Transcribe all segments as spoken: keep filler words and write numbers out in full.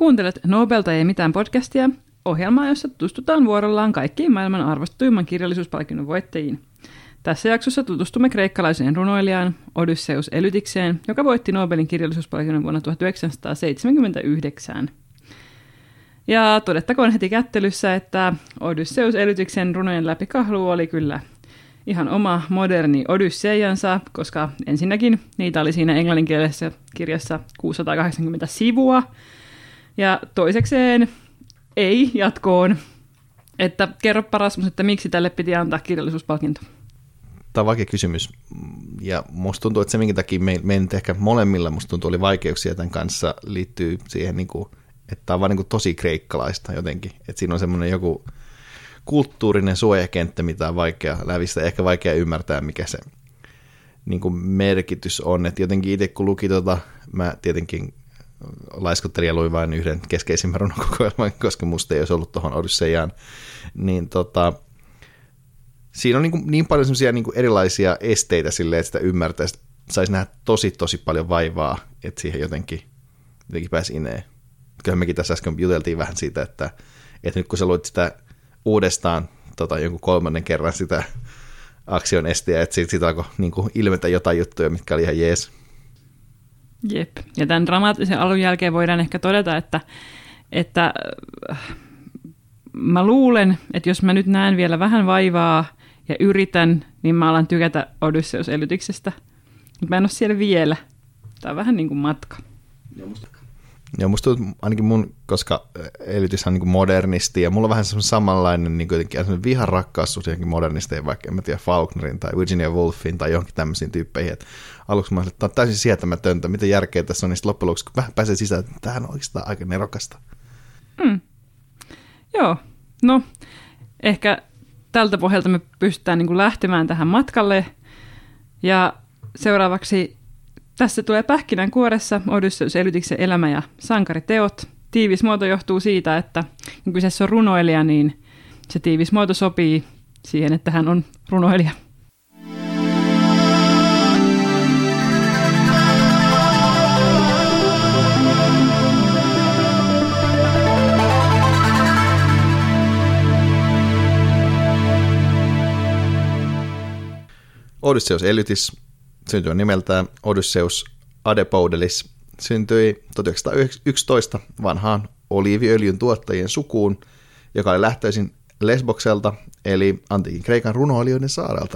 Kuuntelet Nobelta ei mitään podcastia, ohjelmaa, jossa tutustutaan vuorollaan kaikkiin maailman arvostetuimman kirjallisuuspalkinnon voittajiin. Tässä jaksossa tutustumme kreikkalaiseen runoilijaan Odysseus Elytikseen, joka voitti Nobelin kirjallisuuspalkinnon vuonna tuhatyhdeksänsataaseitsemänkymmentäyhdeksän. Ja todettakoon heti kättelyssä, että Odysseus Elytiksen runojen läpikahlu oli kyllä ihan oma moderni Odysseijansa, koska ensinnäkin niitä oli siinä englanninkielisessä kirjassa kuusisataakahdeksankymmentä sivua, ja toisekseen ei jatkoon, että kerro Rasmus, että miksi tälle piti antaa kirjallisuuspalkinto. Tämä on vaikea kysymys, ja musta tuntuu, että se minkä takia me, me nyt ehkä molemmilla musta tuntuu oli vaikeuksia tämän kanssa liittyy siihen, niin kuin, että tämä on vaan niin kuin tosi kreikkalaista jotenkin, että siinä on semmoinen joku kulttuurinen suojakenttä, mitä on vaikea lävistä, ehkä vaikea ymmärtää, mikä se niin kuin merkitys on, että jotenkin itse kun luki tota, mä tietenkin laiskuttelin ja luin vain yhden keskeisimmän runokokoelman, koska musta ei olisi ollut tuohon Odysseiaan, niin tota, siinä on niin, kuin, niin paljon semmoisia niin kuin erilaisia esteitä silleen, että sitä ymmärtää, että saisi nähdä tosi, tosi paljon vaivaa, että siihen jotenkin, jotenkin pääsi ineen. Kyllä mekin tässä äsken juteltiin vähän siitä, että, että nyt kun sä luit sitä uudestaan tota, jonkun kolmannen kerran sitä aktion estiä, että siitä, siitä alkoi niin kuin ilmetä jotain juttuja, mitkä oli ihan jees. Jep. Ja tämän dramaattisen alun jälkeen voidaan ehkä todeta, että, että mä luulen, että jos mä nyt näen vielä vähän vaivaa ja yritän, niin mä alan tykätä Odysseus Elytiksestä. Mutta mä en ole siellä vielä. Tämä on vähän niin kuin matka. Joo, musta tuntuu ainakin mun, koska Elytis on niin kuin modernisti, ja mulla on vähän semmoinen samanlainen niin jotenkin vihan rakkaussuus johonkin modernisteen, vaikka en mä tiedä Faulknerin tai Virginia Woolfin tai johonkin tämmöisiin tyyppeihin, että aluksi mä olisin, että tämä on täysin sietämätöntä, mitä järkeä tässä on, niin sitten loppujen lopuksi, kun vähän pääsee sisään, että tämähän on oikeastaan aika nerokasta. Mm. Joo, no ehkä tältä pohjalta me pystytään niin kuin lähtemään tähän matkalle, ja seuraavaksi tässä tulee pähkinänkuoressa Odysseus Elytiksen elämä ja sankariteot. Tiivis muoto johtuu siitä, että kun kyseessä on runoilija, niin se tiivis muoto sopii siihen, että hän on runoilija. Odysseus Elytis syntyi nimeltään Odysseus Adepoudelis, syntyi tuhatyhdeksänsataayksitoista vanhaan oliiviöljyn tuottajien sukuun, joka oli lähtöisin Lesbokselta, eli antiikin Kreikan runoilijoiden saarelta.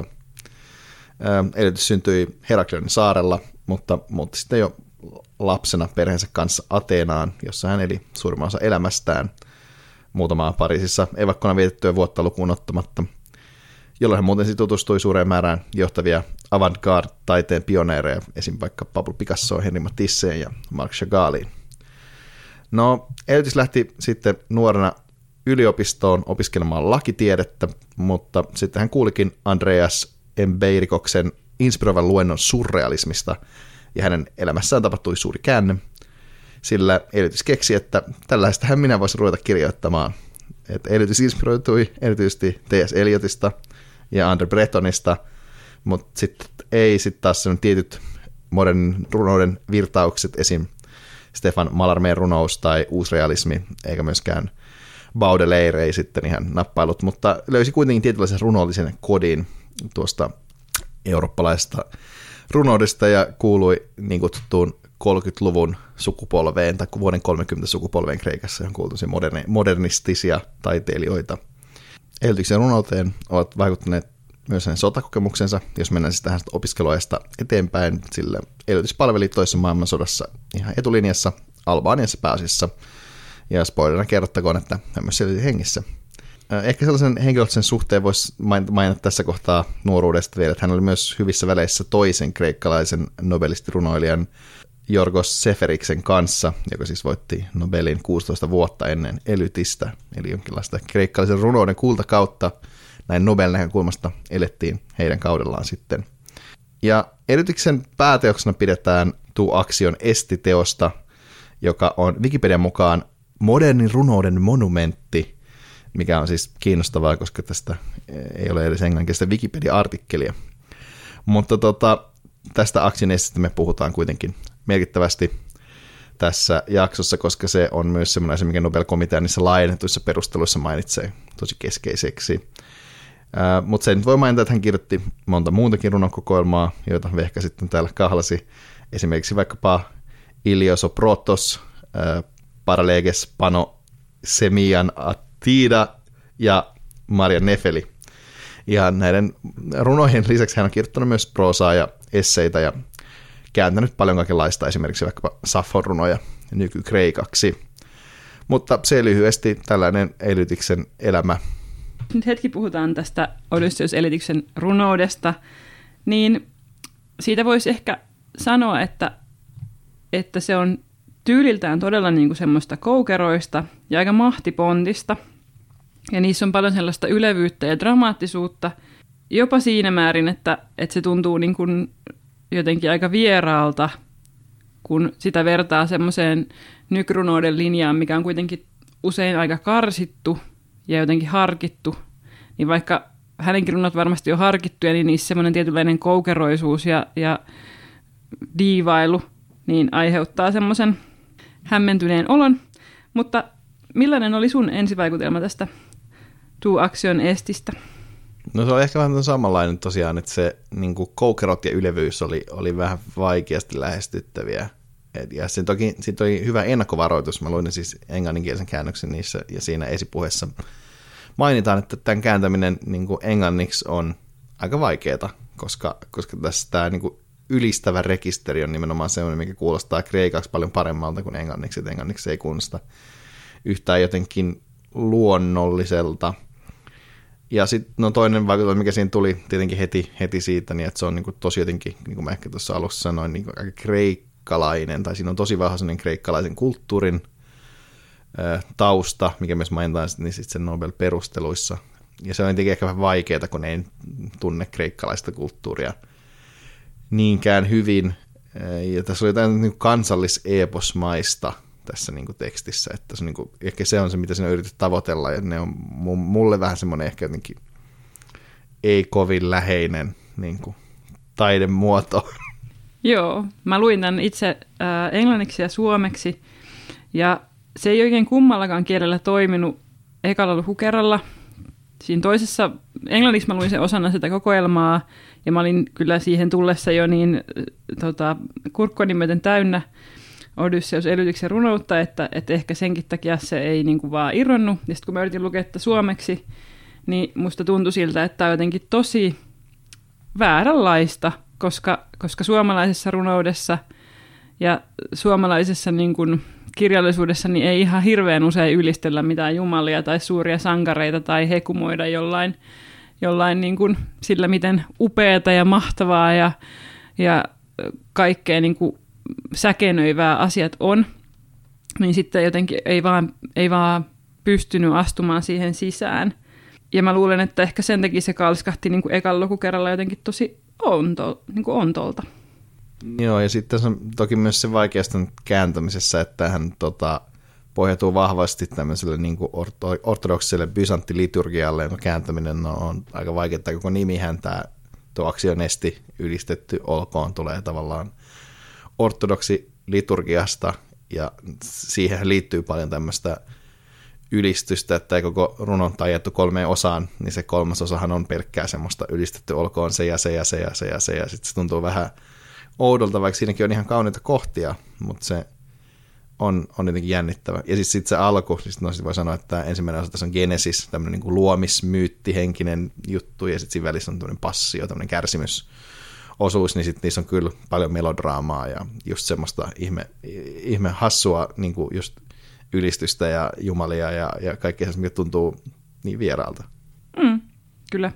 Elytis syntyi Heraklionin saarella, mutta muutti sitten jo lapsena perheensä kanssa Ateenaan, jossa hän eli suurimman osa elämästään muutamaa Pariisissa evakkona vietettyä vuotta lukuun ottamatta, jolloin hän muuten tutustui suureen määrään johtavia avantgarde-taiteen pioneereja, esim. Vaikka Pablo Picassoon, Henri Matisseen ja Marc Chagallin. No, Elytis lähti sitten nuorena yliopistoon opiskelemaan lakitiedettä, mutta sitten hän kuulikin Andreas Embeirikoksen inspiroivan luennon surrealismista, ja hänen elämässään tapahtui suuri käänne, sillä Elytis keksi, että tällaistähän minä voisin ruveta kirjoittamaan. Et Elytis inspiroitui erityisesti T S Eliotista ja Andre Bretonista, mutta sitten ei sitten taas sellainen tietyt modernin runouden virtaukset, esim. Stefan Mallarmén runous tai uusrealismi, eikä myöskään Baudelaire ei sitten ihan nappailut, mutta löysi kuitenkin tietynlaisen runollisen kodin tuosta eurooppalaisesta runoudesta ja kuului niin kutsuttuun kolmekymmentäluvun sukupolveen tai vuoden kolmekymmentä sukupolveen Kreikassa, johon kuultuisi moderni, modernistisia taiteilijoita. Elytiksen runouteen ovat vaikuttaneet myös hänen sotakokemuksensa, jos mennään siis tähän opiskeluajasta eteenpäin, sillä Elytis palveli toisessa maailmansodassa ihan etulinjassa, Albaniassa pääasiassa, ja spoilerina kerrottakoon, että hän myös selvisi hengissä. Ehkä sellaisen henkilökohtaisen suhteen voisi mainita tässä kohtaa nuoruudesta vielä, että hän oli myös hyvissä väleissä toisen kreikkalaisen nobelistirunoilijan Yorgos Seferiksen kanssa, joka siis voitti Nobelin kuusitoista vuotta ennen Elytistä, eli jonkinlaista kreikkalaisen runouden kultakautta. Näin Nobel-näkökulmasta elettiin heidän kaudellaan sitten. Ja Elytiksen pääteoksena pidetään Tuu Aksion estiteosta, joka on Wikipedian mukaan modernin runouden monumentti, mikä on siis kiinnostavaa, koska tästä ei ole edes englanninkielistä Wikipedia-artikkelia. Mutta tota, tästä Aksion estestä me puhutaan kuitenkin merkittävästi tässä jaksossa, koska se on myös semmoinen asia, mikä Nobel-komitea niissä laajennetuissa perusteluissa mainitsee tosi keskeiseksi. Uh, mutta sen voi mainita, että hän kirjoitti monta muutakin runokokoelmaa, joita Vehkä sitten täällä kahlasi. Esimerkiksi vaikkapa Iliosoprotos, uh, Paraleges Pano Semian Attida ja Maria Nefeli. Ja näiden runojen lisäksi hän on kirjoittanut myös proosaa ja esseitä ja kääntänyt paljon kaikenlaista, esimerkiksi vaikkapa Saffon runoja nykykreikaksi. Mutta se lyhyesti tällainen Elytiksen elämä. Nyt hetki puhutaan tästä Odysseus Elytiksen runoudesta, niin siitä voisi ehkä sanoa, että, että se on tyyliltään todella niin kuin semmoista koukeroista ja aika mahtipontista. Ja niissä on paljon sellaista ylevyyttä ja dramaattisuutta, jopa siinä määrin, että, että se tuntuu niin kuin jotenkin aika vieraalta, kun sitä vertaa semmoiseen nykrunouden linjaan, mikä on kuitenkin usein aika karsittu ja jotenkin harkittu. Niin vaikka hänenkin runot varmasti on harkittuja, niin niissä semmoinen tietynlainen koukeroisuus ja, ja diivailu niin aiheuttaa semmoisen hämmentyneen olon. Mutta millainen oli sun ensivaikutelma tästä Tu Action Estistä? No se oli ehkä vähän samanlainen tosiaan, että se niin kuin koukerot ja ylevyys oli, oli vähän vaikeasti lähestyttäviä. Et, ja se toki, siitä oli hyvä ennakkovaroitus. Mä luin siis englanninkielisen käännöksen niissä, ja siinä esipuheessa mainitaan, että tämän kääntäminen niin kuin englanniksi on aika vaikeaa, koska, koska tässä tämä niin kuin ylistävä rekisteri on nimenomaan sellainen, mikä kuulostaa kreikaksi paljon paremmalta kuin englanniksi, että englanniksi ei kuulosta yhtään jotenkin luonnolliselta. Ja sitten no toinen vaikutus, mikä siinä tuli tietenkin heti, heti siitä, niin että se on niin kuin tosi jotenkin, niin kuin mä ehkä tuossa alussa sanoin, niin kuin aika kreikkalainen, tai siinä on tosi vahva sellainen kreikkalaisen kulttuurin ö, tausta, mikä myös mainitaan niin sitten sen Nobel-perusteluissa. Ja se on tietenkin ehkä vähän vaikeaa, kun ei tunne kreikkalaista kulttuuria niinkään hyvin. Ja tässä on jotain niin kansallis-eeposmaista tässä niin kuin tekstissä, että se, niin kuin, ehkä se on se, mitä sinä yrität tavoitella, ja ne on mulle vähän semmoinen ehkä jotenkin ei kovin läheinen niin kuin taidemuoto. Joo, mä luin tämän itse äh, englanniksi ja suomeksi, ja se ei oikein kummallakaan kielellä toiminut ekalla lukukerralla. Siinä toisessa, englanniksi mä luin sen osana sitä kokoelmaa, ja mä olin kyllä siihen tullessa jo niin tota, kurkkoni myöten täynnä Odysseus Elytiksen runoutta, että, että ehkä senkin takia se ei niin kuin vaan irronnut. Ja sitten kun mä yritin lukea että suomeksi, niin musta tuntui siltä, että tämä on jotenkin tosi vääränlaista, koska, koska suomalaisessa runoudessa ja suomalaisessa niin kuin kirjallisuudessa niin ei ihan hirveän usein ylistellä mitään jumalia tai suuria sankareita tai hekumoida jollain, jollain niin kuin sillä, miten upeata ja mahtavaa ja, ja kaikkea niin kuin säkenöivää asiat on, niin sitten jotenkin ei vaan, ei vaan pystynyt astumaan siihen sisään. Ja mä luulen, että ehkä sen takia se kalskahti niin kuin ekan lukukerralla jotenkin tosi onto, niin kuin ontolta. Joo, ja sitten on toki myös se vaikeasta kääntämisessä, että hän tota, pohjautuu vahvasti tämmöiselle niin kuin orto, ortodoksiselle bysanttiliturgialle, jonka kääntäminen on, on aika vaikeaa. Koko nimihän tämä tuo Action Esti ylistetty olkoon tulee tavallaan ortodoksi liturgiasta, ja siihen liittyy paljon tämmöistä ylistystä, että ei koko runon tajattu kolmeen osaan, niin se kolmas osahan on pelkkää semmoista ylistetty olkoon se ja se ja se ja se ja se, ja sitten se tuntuu vähän oudolta, vaikka siinäkin on ihan kauniita kohtia, mutta se on, on jotenkin jännittävä. Ja sitten sit se alku, siis no sit voi sanoa, että ensimmäinen osa tässä on Genesis, tämmöinen niin kuin luomismyytti, henkinen juttu, ja sitten siinä välissä on tämmöinen passio, tämmöinen kärsimys, osuus, niin sitten niissä on kyllä paljon melodraamaa ja just semmoista ihme, ihme hassua niin kuin just ylistystä ja jumalia ja, ja kaikkea semmoista, mikä tuntuu niin vieraalta. Mm, kyllä.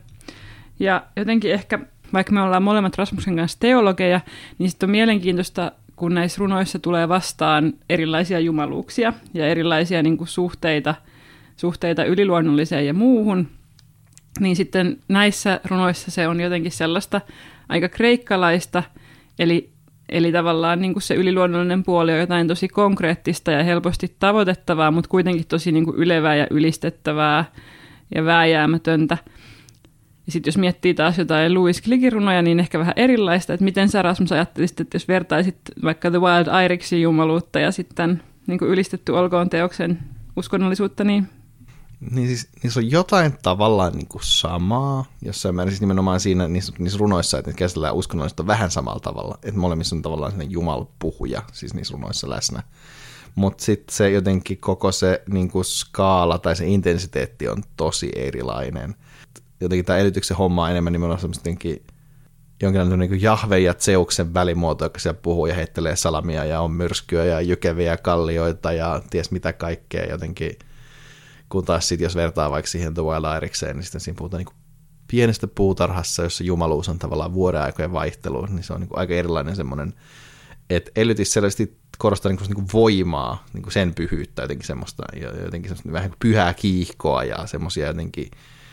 Ja jotenkin ehkä, vaikka me ollaan molemmat Rasmuksen kanssa teologeja, niin sitten on mielenkiintoista, kun näissä runoissa tulee vastaan erilaisia jumaluuksia ja erilaisia niin kuin suhteita, suhteita yliluonnolliseen ja muuhun, niin sitten näissä runoissa se on jotenkin sellaista aika kreikkalaista, eli, eli tavallaan niin kuin se yliluonnollinen puoli on jotain tosi konkreettista ja helposti tavoitettavaa, mutta kuitenkin tosi niin kuin ylevää ja ylistettävää ja vääjäämätöntä. Ja sitten jos miettii taas jotain Louis Clickin runoja, niin ehkä vähän erilaista, että miten sä Rasmus ajattelisit, että jos vertaisit vaikka The Wild Irixin jumaluutta ja sitten niin kuin ylistetty olkoon teoksen uskonnollisuutta, niin... Niin siis niissä on jotain tavallaan niin kuin samaa, jossain määrin siis nimenomaan siinä niissä, niissä runoissa, että ne käsitellään uskonnollisuutta vähän samalla tavalla, että molemmissa on tavallaan sellainen jumalpuhuja siis niissä runoissa läsnä. Mutta sitten se jotenkin koko se niin kuin skaala tai se intensiteetti on tosi erilainen. Jotenkin tämä Elytyksen homma on enemmän nimenomaan semmoista jotenkin jonkinlainen niin kuin Jahve ja Zeuksen välimuoto, joka siellä puhuu ja heittelee salamia ja on myrskyä ja jykeviä kallioita ja ties mitä kaikkea jotenkin. Kun taas sitten, jos vertaa vaikka siihen The Wild Irikseen, niin sitten siinä puhutaan niin pienestä puutarhassa, jossa jumaluus on tavallaan vuoden aikojen vaihtelu, niin se on niin aika erilainen semmoinen, että Elytis selvästi korostaa niin kuin voimaa, niin kuin sen pyhyyttä, jotenkin semmoista, jotenkin semmoista vähän pyhää kiihkoa ja semmoisia jotenkin,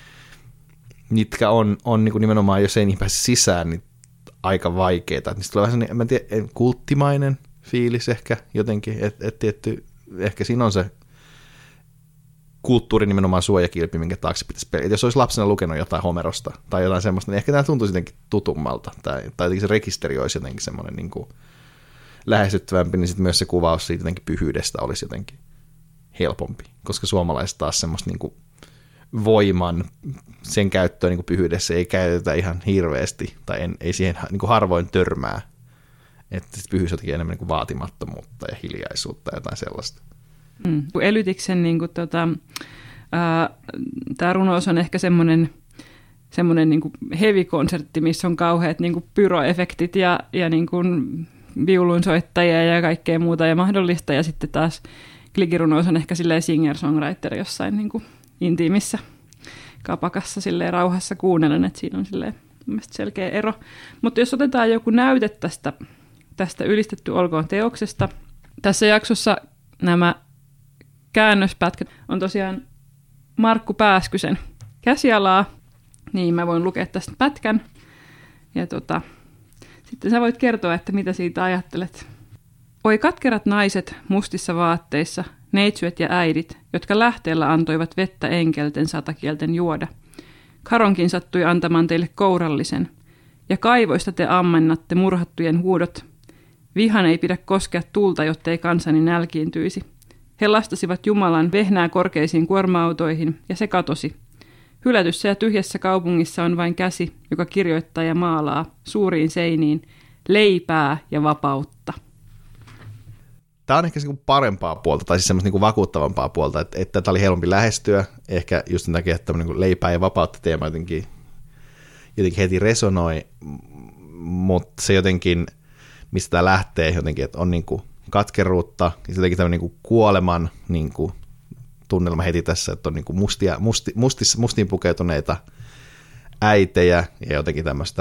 mitkä on, on niin kuin nimenomaan, jos ei niihin pääse sisään, niin aika vaikeita. Niistä tulee vähän sellainen, en tiedä, kulttimainen fiilis ehkä jotenkin, että et tietty, ehkä siinä on se kulttuuri nimenomaan suojakilpi, minkä taakse pitäisi pelata. Jos olisi lapsena lukenut jotain Homerosta tai jotain semmoista, niin ehkä tämä tuntuisi jotenkin tutummalta. Tai, tai jotenkin se rekisteri olisi jotenkin semmoinen niin kuin lähestyttävämpi, niin sitten myös se kuvaus siitä jotenkin pyhyydestä olisi jotenkin helpompi. Koska suomalaiset taas semmoista niin kuin voiman, sen käyttöön niin kuin pyhyydessä ei käytetä ihan hirveästi, tai en, ei siihen niin kuin harvoin törmää. Että pyhyys jotenkin enemmän niin kuin vaatimattomuutta ja hiljaisuutta ja jotain sellaista. Mm. Elytiksen niin kuin, tota, tämä runous on ehkä semmoinen, semmoinen niin kuin heavy-konsertti, missä on kauheat niin kuin pyroefektit ja, ja niin kuin viulunsoittajia ja kaikkea muuta ja mahdollista. Ja sitten taas Clickin runous on ehkä silleen singer-songwriter jossain niin kuin intiimissä kapakassa silleen rauhassa kuunnellen, että siinä on silleen selkeä ero. Mutta jos otetaan joku näyte tästä, tästä ylistetty olkoon teoksesta, tässä jaksossa nämä käännöspätkät on tosiaan Markku Pääskysen käsialaa, niin mä voin lukea tästä pätkän. Ja tota, sitten sä voit kertoa, että mitä siitä ajattelet. Oi katkerat naiset mustissa vaatteissa, neitsyet ja äidit, jotka lähteellä antoivat vettä enkelten satakielten juoda. Karonkin sattui antamaan teille kourallisen, ja kaivoista te ammennatte murhattujen huudot. Vihan ei pidä koskea tulta, jottei kansani nälkiintyisi. He lastasivat Jumalan vehnää korkeisiin kuorma-autoihin, ja se katosi. Hylätyssä ja tyhjässä kaupungissa on vain käsi, joka kirjoittaa ja maalaa suuriin seiniin leipää ja vapautta. Tämä on ehkä se parempaa puolta, tai siis semmoista niin vakuuttavampaa puolta, että, että tämä oli helpompi lähestyä, ehkä just sen takia, että niin leipää ja vapautta teema jotenkin, jotenkin heti resonoi, mutta se jotenkin, mistä tämä lähtee jotenkin, että on niin kuin katkeruutta, ja jotenkin tämmöinen niin kuin kuoleman niin kuin tunnelma heti tässä, että on niin kuin mustia, musti, mustis, mustiin pukeutuneita äitejä ja jotenkin tämmöistä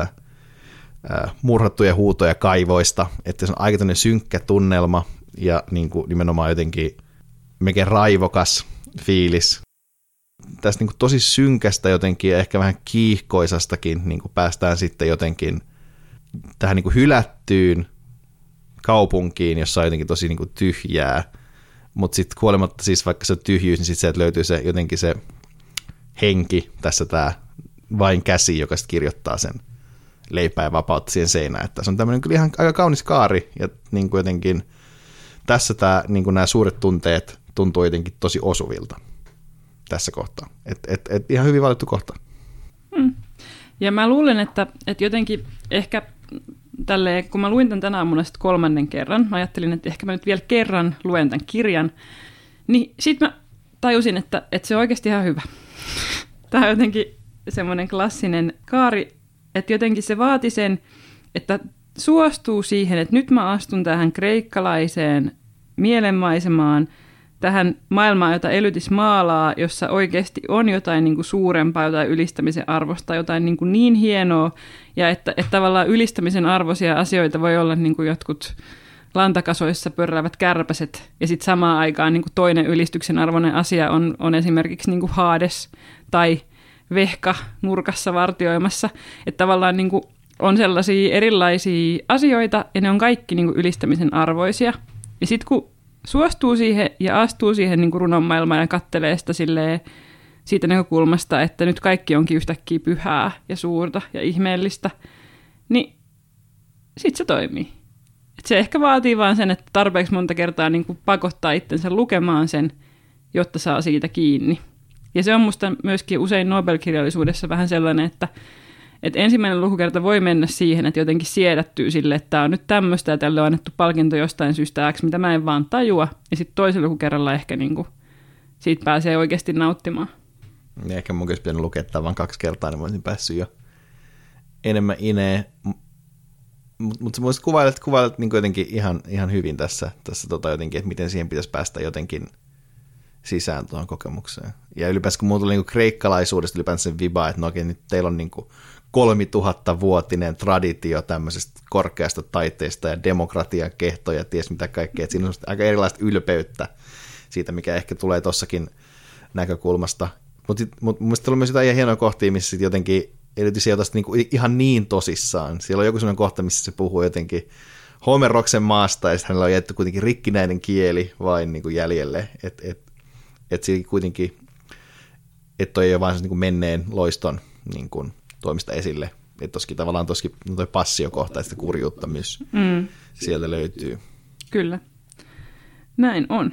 äh, murhattuja huutoja kaivoista, että se on aika tämmöinen synkkä tunnelma ja niin kuin nimenomaan jotenkin melkein raivokas fiilis. Tästä niin kuin tosi synkästä jotenkin ja ehkä vähän kiihkoisastakin niin kuin päästään sitten jotenkin tähän niin kuin hylättyyn kaupunkiin, jossa on jotenkin tosi niin kuin tyhjää, mutta sitten kuolematta siis vaikka se tyhjyys, niin sitten sieltä löytyy se jotenkin se henki, tässä tämä vain käsi, joka sitten kirjoittaa sen leipää ja vapautta siihen seinään. Että se on tämmöinen kyllä ihan aika kaunis kaari, ja niin kuin jotenkin tässä tämä, niin kuin nämä suuret tunteet tuntuu jotenkin tosi osuvilta tässä kohtaa. Et, et, et ihan hyvin valittu kohta. Hmm. Ja mä luulen, että, että jotenkin ehkä tälleen, kun mä luin tämän tänä aamuna sitten kolmannen kerran, mä ajattelin, että ehkä mä nyt vielä kerran luen tämän kirjan, niin sitten mä tajusin, että, että se on oikeasti ihan hyvä. Tämä on jotenkin semmoinen klassinen kaari, että jotenkin se vaati sen, että suostuu siihen, että nyt mä astun tähän kreikkalaiseen mielenmaisemaan, tähän maailmaan, jota Elytis maalaa, jossa oikeasti on jotain niin kuin suurempaa, jotain ylistämisen arvosta, jotain niin, kuin niin hienoa, ja että, että tavallaan ylistämisen arvoisia asioita voi olla niin kuin jotkut lantakasoissa pörräävät kärpäset, ja sitten samaan aikaan niin kuin toinen ylistyksen arvoinen asia on, on esimerkiksi niin kuin Hades tai Vehka nurkassa vartioimassa, että tavallaan niin kuin on sellaisia erilaisia asioita, ja ne on kaikki niin kuin ylistämisen arvoisia, ja sitten kun suostuu siihen ja astuu siihen niin kuin runon maailmaan ja kattelee sitä silleen siitä näkökulmasta, että nyt kaikki onkin yhtäkkiä pyhää ja suurta ja ihmeellistä, niin sitten se toimii. Et se ehkä vaatii vaan sen, että tarpeeksi monta kertaa niin kuin pakottaa itsensä lukemaan sen, jotta saa siitä kiinni. Ja se on musta myöskin usein Nobel-kirjallisuudessa vähän sellainen, että, että ensimmäinen lukukerta voi mennä siihen, että jotenkin siedättyy sille, että tämä on nyt tämmöistä ja tälle on annettu palkinto jostain syystä X, mitä mä en vaan tajua. Ja sitten toisella lukukerralla ehkä niin kuin siitä pääsee oikeasti nauttimaan. Ja ehkä mun olisi pitänyt lukea tämän vain kaksi kertaa, niin mä olisin päässyt jo enemmän ineen. Mutta mut sä kuvailet, kuvailet niin jotenkin ihan, ihan hyvin tässä, tässä tota jotenkin, että miten siihen pitäisi päästä jotenkin sisään tuohon kokemukseen. Ja ylipäänsä kun mulla tuli niin kreikkalaisuudesta ylipäänsä sen viba, että no oikein, nyt teillä on niin kolmituhattavuotinen traditio tämmöisestä korkeasta taiteesta ja demokratian kehtoja ja ties mitä kaikkea. Että siinä on aika erilaista ylpeyttä siitä, mikä ehkä tulee tossakin näkökulmasta. Mutta mut, mun mielestä oli myös jotain hienoja kohtia, missä sitten jotenkin erityisesti jotain niinku ihan niin tosissaan. Siellä on joku sellainen kohta, missä se puhuu jotenkin Homeroksen maasta, ja sitten hänellä on jätetty kuitenkin rikkinäinen kieli vain niinku jäljelle. Että et, et siinä kuitenkin, että toi ei ole vain niinku menneen loiston niinku toimista esille. Että toskin tavallaan toskin toi passiokohta ja sitä kurjuutta myös mm. sieltä löytyy. Kyllä, näin on.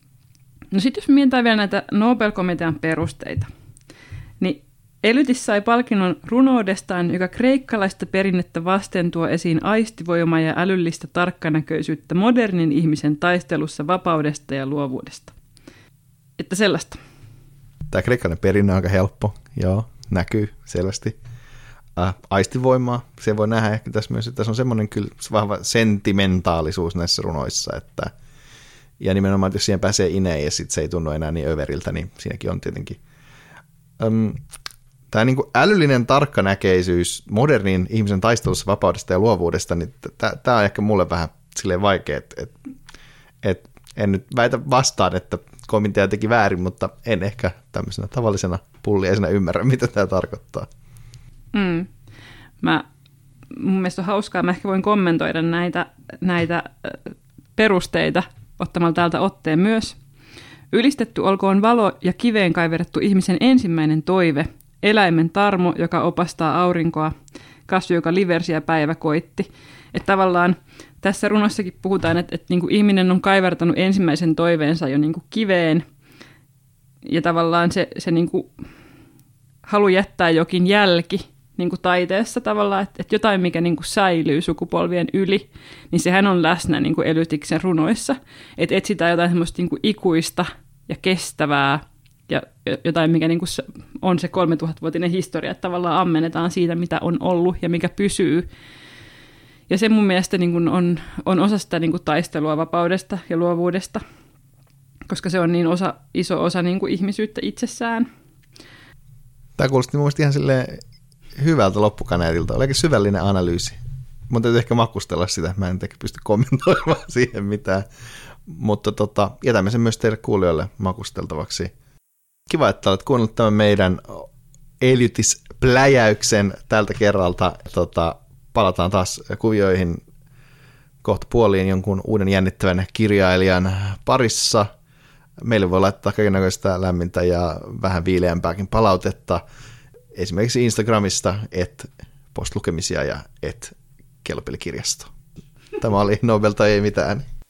No sitten jos mietitään vielä näitä Nobel-komitean perusteita, niin Elytis sai palkinnon runoudestaan, joka kreikkalaista perinnettä vasten tuo esiin aistivoimaa ja älyllistä tarkkanäköisyyttä modernin ihmisen taistelussa vapaudesta ja luovuudesta. Että sellaista. Tämä kreikkalainen perinne on aika helppo, joo, näkyy selvästi. Äh, aistivoimaa, se voi nähdä ehkä tässä myös, että tässä on semmoinen kyllä vahva sentimentaalisuus näissä runoissa, että ja nimenomaan, että jos siihen pääsee ineen ja sitten se ei tunnu enää niin överiltä, niin siinäkin on tietenkin Um, tämä niin kuin älyllinen tarkkanäkeisyys modernin ihmisen taistelussa vapaudesta ja luovuudesta, niin tämä on ehkä mulle vähän silleen vaikea, että et, et, en nyt väitä vastaan, että komitea teki väärin, mutta en ehkä tämmöisenä tavallisena pulliaisena ymmärrä, mitä tämä tarkoittaa. Mm. Mä, mun mielestä on hauskaa, mä ehkä voin kommentoida näitä, näitä perusteita ottamalla täältä otteen myös. Ylistetty olkoon valo ja kiveen kaiverrettu ihmisen ensimmäinen toive, eläimen tarmo, joka opastaa aurinkoa, kasvi, joka liversi ja päivä koitti. Että tavallaan tässä runossakin puhutaan, että, että niin kuin ihminen on kaivertanut ensimmäisen toiveensa jo niin kuin kiveen, ja tavallaan se, se niin kuin halu jättää jokin jälki niin kuin taiteessa tavallaan, että, että jotain, mikä niin kuin säilyy sukupolvien yli, niin sehän on läsnä niin kuin Elytiksen runoissa. Että etsitään jotain semmoista niin kuin ikuista ja kestävää ja jotain, mikä niin kuin on se kolmetuhattavuotinen historia, että tavallaan ammennetaan siitä, mitä on ollut ja mikä pysyy. Ja se mun mielestä niin kuin on, on osa sitä niin kuin taistelua vapaudesta ja luovuudesta, koska se on niin osa, iso osa niin kuin ihmisyyttä itsessään. Tämä kuulosti mun mielestä ihan silleen hyvältä loppukaneetilta. Oli aika syvällinen analyysi. Mun täytyy ehkä makustella sitä, mä en ehkä pysty kommentoimaan siihen mitään. Mutta tota, jätämme sen myös teille kuulijoille makusteltavaksi. Kiva, että olet kuunnellut tämän meidän Elytis-pläjäyksen tältä kerralta. Tota, palataan taas kuvioihin kohta puoliin jonkun uuden jännittävän kirjailijan parissa. Meille voi laittaa kaikennäköistä lämmintä ja vähän viileämpääkin palautetta. Esimerkiksi Instagramista, et postlukemisia ja et kellopelikirjasto. Tämä oli Nobel tai ei mitään.